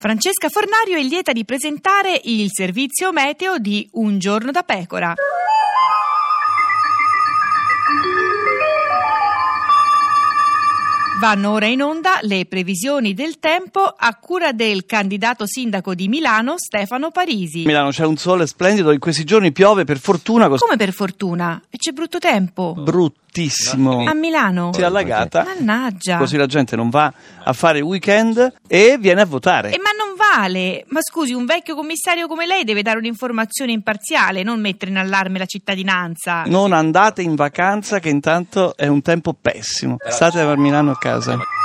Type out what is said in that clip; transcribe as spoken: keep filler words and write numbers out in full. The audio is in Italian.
Francesca Fornario è lieta di presentare il servizio meteo di Un giorno da pecora. Vanno ora in onda le previsioni del tempo a cura del candidato sindaco di Milano Stefano Parisi. A Milano c'è un sole splendido, in questi giorni piove per fortuna. Cos- Come per fortuna? E c'è brutto tempo. Bruttissimo. A Milano? Si è allagata. Mannaggia. Così la gente non va a fare weekend e viene a votare. E ma non vale. Ma scusi, un vecchio commissario come lei deve dare un'informazione imparziale, non mettere in allarme la cittadinanza. Non andate in vacanza che intanto è un tempo pessimo. State a Milano a casa.